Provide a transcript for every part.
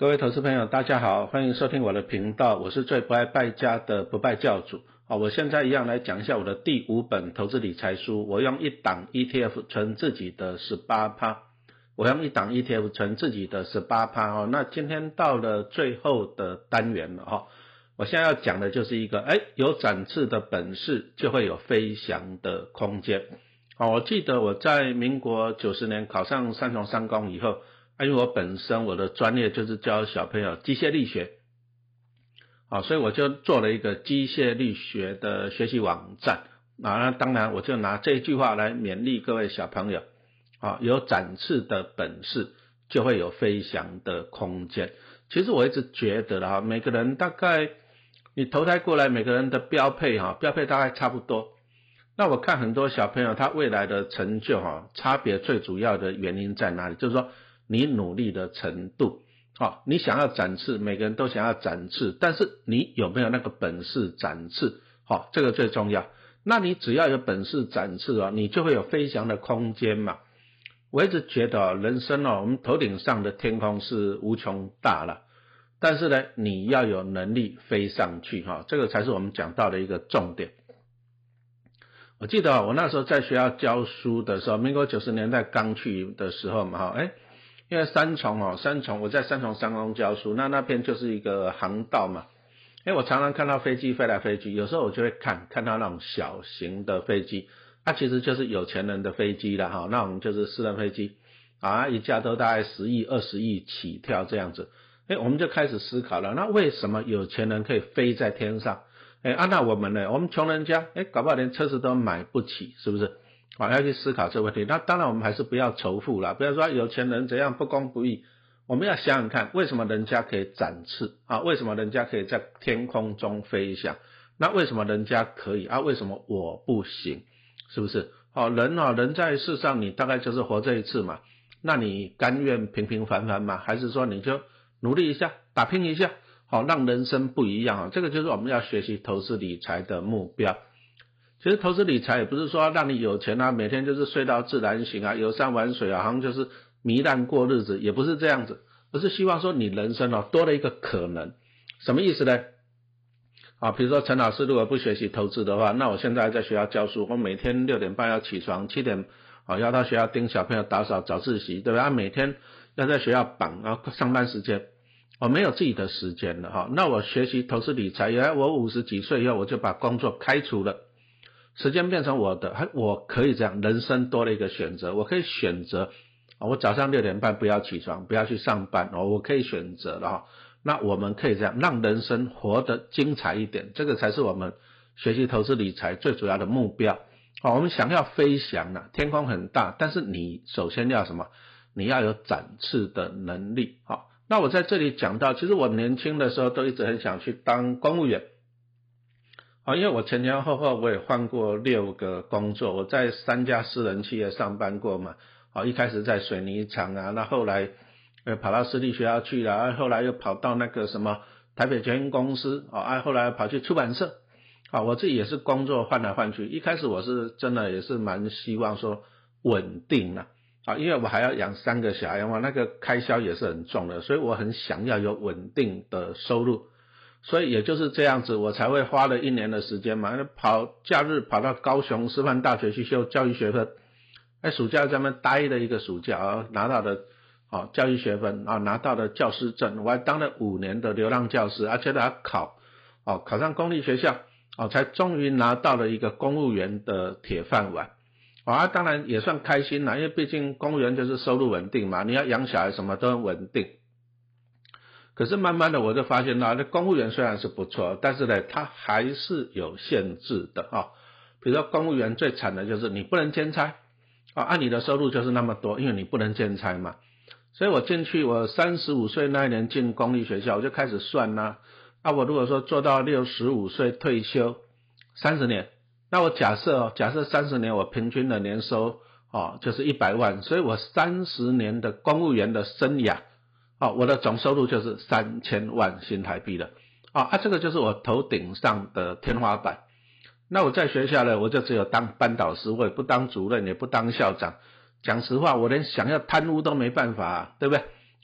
各位投资朋友大家好，欢迎收听我的频道，我是最不爱败家的不败教主。我现在一样来讲一下我的第5本投资理财书，我用一档 ETF 存自己的 18%， 我用一档 ETF 存自己的 18%， 那今天到了最后的单元了我现在要讲的就是一个有展翅的本事就会有飞翔的空间。我记得我在民国90年考上三重商工以后，因为我本身我的专业就是教小朋友机械力学，所以我就做了一个机械力学的学习网站，那当然我就拿这句话来勉励各位小朋友，有展翅的本事就会有飞翔的空间。其实我一直觉得每个人大概你投胎过来，每个人的标配大概差不多。那我看很多小朋友他未来的成就差别最主要的原因在哪里？就是说你努力的程度，你想要展翅，每个人都想要展翅，但是你有没有那个本事展翅，这个最重要。那你只要有本事展翅你就会有飞翔的空间嘛。我一直觉得人生我们头顶上的天空是无穷大了，但是呢你要有能力飞上去这个才是我们讲到的一个重点。我记得我那时候在学校教书的时候，民国90年代刚去的时候嘛因为三重我在三重商工教书，那边就是一个航道嘛，我常常看到飞机飞来飞去，有时候我就会看到那种小型的飞机，其实就是有钱人的飞机啦那种就是私人飞机一架都大概10亿20亿起跳这样子。我们就开始思考了，那为什么有钱人可以飞在天上？那我们呢？我们穷人家搞不好连车子都买不起，是不是？要去思考这个问题。那当然我们还是不要仇富啦，不要说有钱人怎样不公不义，我们要想想看为什么人家可以展翅为什么人家可以在天空中飞翔，那为什么人家可以为什么我不行，是不是？人在世上你大概就是活这一次嘛，那你甘愿平平凡凡吗？还是说你就努力一下打拼一下让人生不一样这个就是我们要学习投资理财的目标。其实投资理财也不是说让你有钱每天就是睡到自然醒游山玩水好像就是糜烂过日子，也不是这样子，而是希望说你人生多了一个可能。什么意思呢？比如说陈老师如果不学习投资的话，那我现在在学校教书，我每天6点半要起床，7点要到学校盯小朋友打扫早自习，对吧？每天要在学校绑上班时间，我没有自己的时间了那我学习投资理财，原来我50几岁以后我就把工作开除了，时间变成我的，我可以这样，人生多了一个选择，我可以选择我早上6点半不要起床，不要去上班我可以选择了那我们可以这样让人生活得精彩一点，这个才是我们学习投资理财最主要的目标我们想要飞翔天空很大，但是你首先要什么？你要有展翅的能力那我在这里讲到，其实我年轻的时候都一直很想去当公务员因为我前前后后我也换过6个工作，我在3家私人企业上班过嘛一开始在水泥厂那后来跑到私立学校去了后来又跑到那个什么台北捷运公司后来跑去出版社我自己也是工作换来换去。一开始我是真的也是蛮希望说稳定因为我还要养3个小孩嘛，那个开销也是很重的，所以我很想要有稳定的收入，所以也就是这样子我才会花了1年的时间嘛，假日跑到高雄师范大学去修教育学分，暑假在那边待了一个暑假拿到的教育学分拿到的教师证，我还当了5年的流浪教师，而且还考上公立学校才终于拿到了一个公务员的铁饭碗当然也算开心因为毕竟公务员就是收入稳定嘛，你要养小孩什么都很稳定。可是慢慢的我就发现那公务员虽然是不错，但是呢它还是有限制的比如说公务员最惨的就是你不能兼差你的收入就是那么多，因为你不能兼差嘛。所以我进去，我35岁那一年进公立学校，我就开始算我如果说做到65岁退休30年，那我假设30年我平均的年收就是100万，所以我30年的公务员的生涯我的总收入就是3000万新台币了这个就是我头顶上的天花板。那我在学校呢，我就只有当班导师，我也不当主任，也不当校长。讲实话，我连想要贪污都没办法对不对？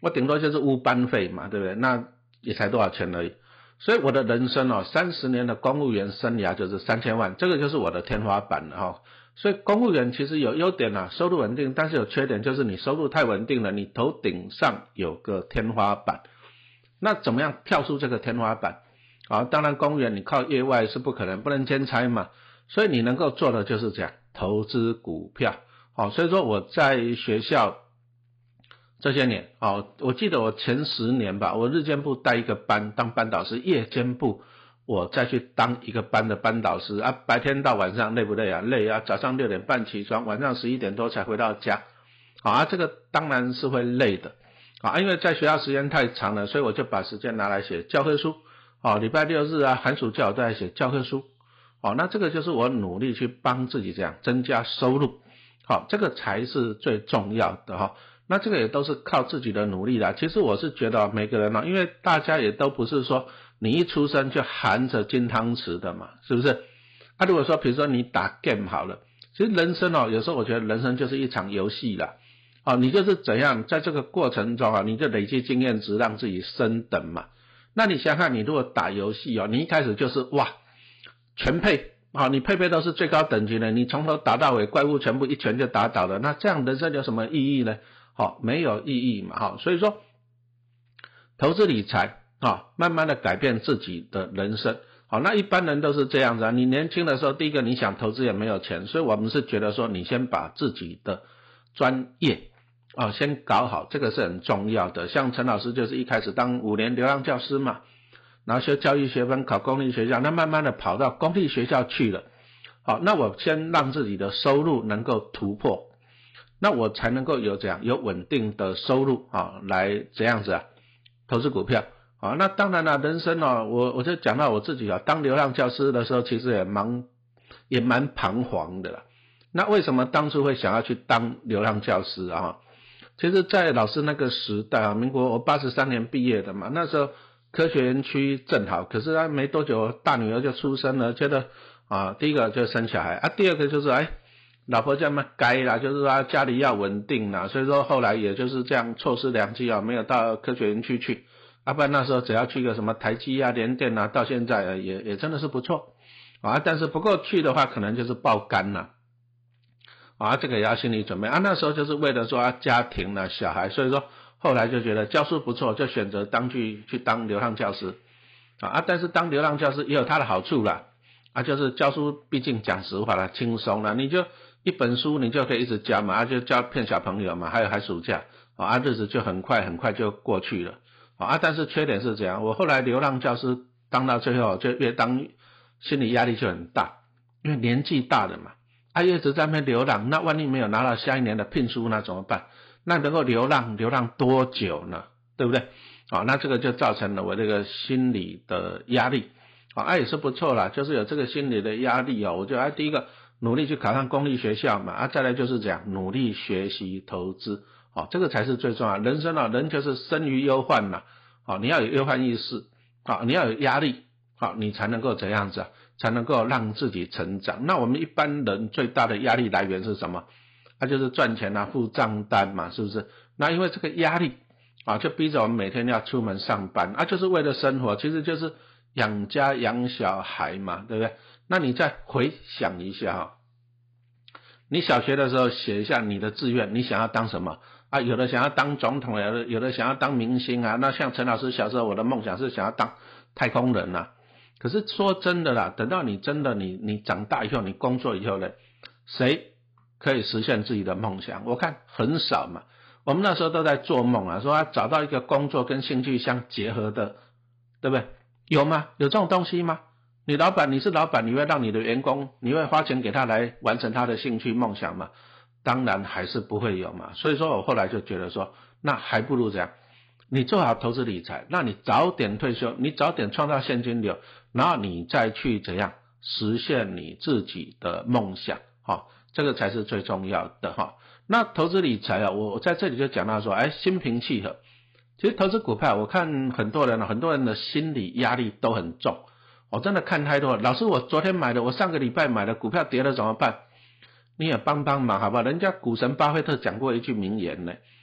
我顶多就是屋班费嘛，对不对？那也才多少钱而已。所以我的人生30年的公务员生涯就是3000万，这个就是我的天花板了所以公务员其实有优点收入稳定，但是有缺点就是你收入太稳定了，你头顶上有个天花板。那怎么样跳出这个天花板？当然公务员你靠业外是不可能，不能兼差嘛，所以你能够做的就是这样，投资股票。所以说我在学校这些年我记得我前10年吧，我日间部带一个班当班导师，夜间部我再去当一个班的班导师白天到晚上累不累啊？累啊，早上6点半起床，晚上11点多才回到家这个当然是会累的因为在学校时间太长了，所以我就把时间拿来写教科书礼拜6日寒暑假我都在写教科书那这个就是我努力去帮自己这样增加收入这个才是最重要的那这个也都是靠自己的努力啦。其实我是觉得每个人因为大家也都不是说你一出生就含着金汤匙的嘛，是不是如果说比如说你打 game 好了，其实人生有时候我觉得人生就是一场游戏啦你就是怎样在这个过程中你就累积经验值让自己升等嘛。那你想想看，你如果打游戏你一开始就是哇全配你配都是最高等级的，你从头打到尾，怪物全部一拳就打倒了，那这样人生有什么意义呢？没有意义嘛所以说投资理财慢慢的改变自己的人生那一般人都是这样子你年轻的时候，第一个你想投资也没有钱，所以我们是觉得说你先把自己的专业先搞好，这个是很重要的。像陈老师就是一开始当5年流浪教师嘛，然后学教育学分，考公立学校，那慢慢的跑到公立学校去了那我先让自己的收入能够突破，那我才能够有有稳定的收入来这样子投资股票那当然了，人生我就讲到我自己当流浪教师的时候，其实也蛮彷徨的啦。那为什么当初会想要去当流浪教师其实在老师那个时代民国我83年毕业的嘛，那时候科学园区正好，可是没多久大女儿就出生了，觉得第一个就生小孩第二个就是老婆这么该啦，就是说家里要稳定啦，所以说后来也就是这样错失良机没有到科学园区去不然那时候只要去个什么台积联电到现在也真的是不错但是不过去的话可能就是爆肝了这个也要心理准备那时候就是为了说家庭小孩，所以说后来就觉得教书不错，就选择去当流浪教师但是当流浪教师也有它的好处啦就是教书毕竟讲实话啦，轻松啦，你就一本书你就可以一直教嘛就教骗小朋友嘛，还有寒暑假日子就很快就过去了但是缺点是这样，我后来流浪教师当到最后就越当心理压力就很大，因为年纪大了嘛一直在那边流浪，那万一没有拿到下一年的聘书那怎么办？那能够流浪多久呢？对不对那这个就造成了我这个心理的压力也是不错啦，就是有这个心理的压力我就第一个努力去考上公立学校嘛再来就是这样努力学习投资这个才是最重要。人生人就是生于忧患嘛你要有忧患意识你要有压力你才能够怎样子才能够让自己成长。那我们一般人最大的压力来源是什么？就是赚钱付账单嘛，是不是？那因为这个压力就逼着我们每天要出门上班就是为了生活，其实就是养家养小孩嘛，对不对？那你再回想一下你小学的时候写一下你的志愿，你想要当什么有的想要当总统，有的想要当明星那像陈老师小时候，我的梦想是想要当太空人可是说真的啦，等到你真的你长大以后，你工作以后呢，谁可以实现自己的梦想？我看很少嘛。我们那时候都在做梦说找到一个工作跟兴趣相结合的，对不对？有吗？有这种东西吗？你是老板，你会让你的员工，你会花钱给他来完成他的兴趣梦想吗？当然还是不会有嘛。所以说我后来就觉得说，那还不如这样，你做好投资理财，那你早点退休，你早点创造现金流，然后你再去怎样实现你自己的梦想这个才是最重要的那投资理财我在这里就讲到说心平气和。其实投资股票我看很多人的心理压力都很重，我真的看太多了。老师，我昨天买的，我上个礼拜买的股票跌了怎么办？你也帮忙好不好？人家股神巴菲特讲过一句名言呢，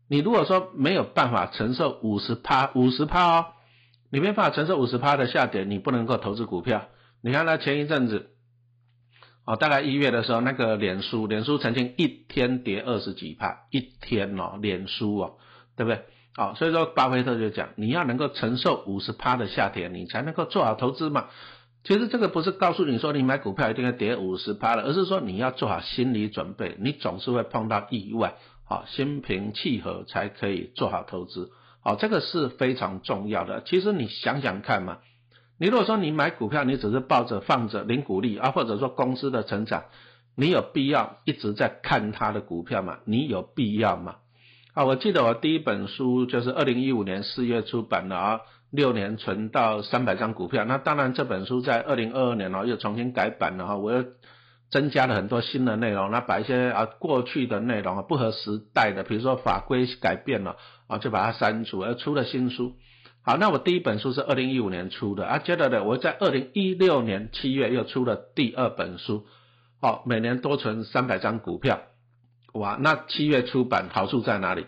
你如果说没有办法承受50%哦，你没办法承受50%的下跌，你不能够投资股票。你看它前一阵子大概1月的时候，那个脸书曾经一天跌20几%，一天脸书对不对？所以说巴菲特就讲，你要能够承受50%的下跌，你才能够做好投资嘛。其实这个不是告诉你说你买股票一定要跌50%了，而是说你要做好心理准备，你总是会碰到意外，心平气和才可以做好投资。这个是非常重要的。其实你想想看嘛，你如果说你买股票，你只是抱着放着领股利或者说公司的成长，你有必要一直在看它的股票吗？你有必要吗？我记得我第一本书就是2015年4月出版的6年存到300张股票。那当然这本书在2022年又重新改版了我又增加了很多新的内容，那把一些过去的内容不合时代的，比如说法规改变了就把它删除，而出了新书。好，那我第一本书是2015年出的接着呢，我在2016年7月又出了第二本书每年多存300张股票。哇，那7月出版好处在哪里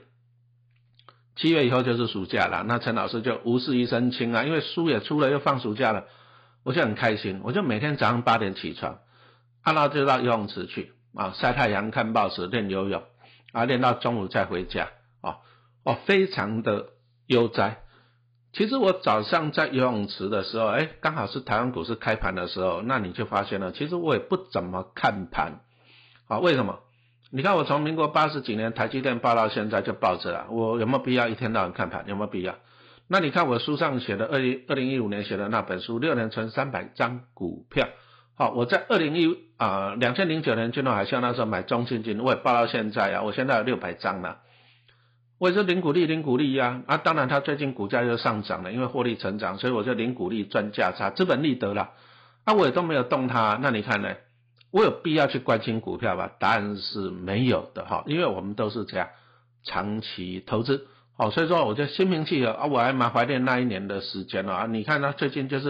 ？7月以后就是暑假了，那陈老师就无事一身轻因为书也出了，又放暑假了，我就很开心，我就每天早上8点起床，然后就到游泳池去晒太阳、看报纸、练游泳练到中午再回家非常的悠哉。其实我早上在游泳池的时候刚好是台湾股市开盘的时候，那你就发现了，其实我也不怎么看盘为什么？你看我从民国80几年台积电报到现在就抱着了，我有没有必要一天到晚看盘？有没有必要？那你看我书上写的2015年写的那本书6年存300张股票我在2009年金融海啸那时候买中信金，我也报到现在我现在有600张了，我也是领股利当然它最近股价又上涨了，因为获利成长，所以我就领股利赚价差，资本利得了我也都没有动它。那你看呢？我有必要去关心股票吧？答案是没有的因为我们都是这样长期投资所以说我就心平气和我还蛮怀念那一年的时间你看最近这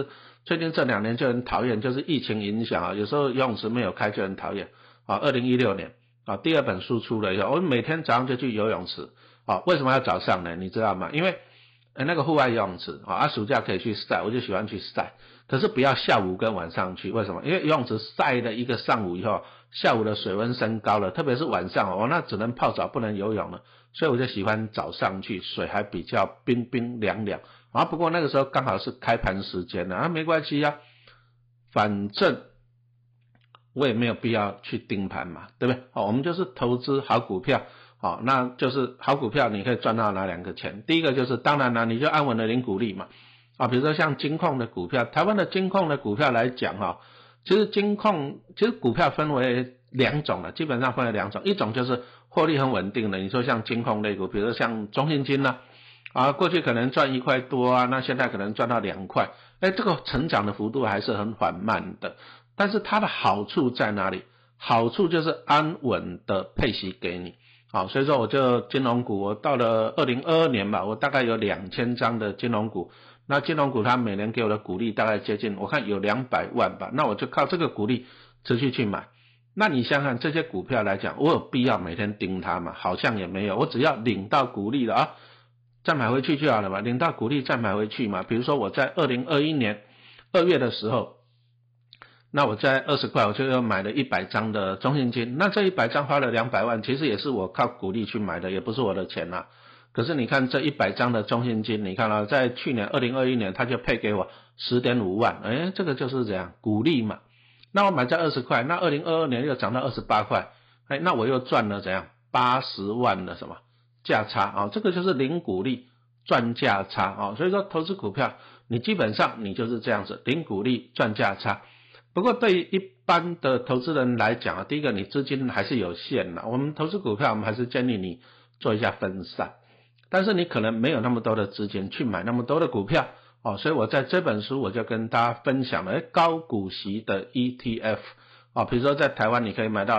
2年就很讨厌，就是疫情影响有时候游泳池没有开就很讨厌2016年第二本书出了以后，我每天早上就去游泳池为什么要早上呢？你知道吗？因为那个户外游泳池暑假可以去晒，我就喜欢去晒，可是不要下午跟晚上去。为什么？因为游泳池晒了一个上午以后，下午的水温升高了，特别是晚上那只能泡澡不能游泳了，所以我就喜欢早上去，水还比较冰冰凉凉不过那个时候刚好是开盘时间没关系反正我也没有必要去盯盘嘛，对不对我们就是投资好股票那就是好股票你可以赚到哪2个钱？第一个就是当然了，你就安稳的领股利嘛比如说像金控的股票，台湾的金控的股票来讲其实股票分为2种了，基本上分为2种，一种就是获利很稳定的，你说像金控类股，比如说像中信金过去可能赚1块多那现在可能赚到2块，这个成长的幅度还是很缓慢的，但是它的好处在哪里？好处就是安稳的配息给你所以说我就金融股，我到了2022年吧，我大概有2000张的金融股，那金融股它每年给我的股利大概接近，我看有200万吧，那我就靠这个股利持续去买。那你想想这些股票来讲，我有必要每天盯它吗？好像也没有，我只要领到股利了再买回去就好了嘛，领到股利再买回去嘛。比如说我在2021年2月的时候，那我在20块我就又买了100张的中信金，那这100张花了200万，其实也是我靠股利去买的，也不是我的钱可是你看这100张的中信金，你看在去年2021年他就配给我 10.5 万，这个就是这样股利嘛。那我买在20块，那2022年又涨到28块，那我又赚了怎样80万的什么价差这个就是领股利赚价差所以说投资股票你基本上你就是这样子，领股利赚价差。不过对于一般的投资人来讲第一个你资金还是有限的，我们投资股票我们还是建议你做一下分散，但是你可能没有那么多的资金去买那么多的股票所以我在这本书我就跟大家分享了高股息的 ETF比如说在台湾你可以买到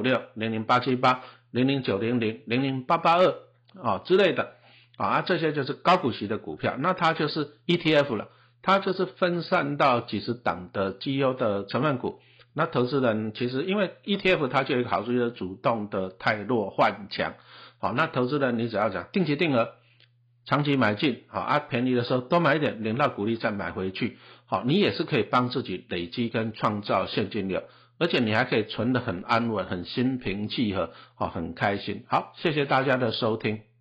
0056、00878、00900、00882之类的这些就是高股息的股票，那它就是 ETF 了，它就是分散到几十档的绩优的成分股。那投资人其实因为 ETF 它就有一个好处，就是主动的汰弱换强， 好，那投资人你只要讲定期定额，长期买进，好便宜的时候多买一点，领到股利再买回去，好，你也是可以帮自己累积跟创造现金流，而且你还可以存得很安稳，很心平气和，很开心。好，谢谢大家的收听。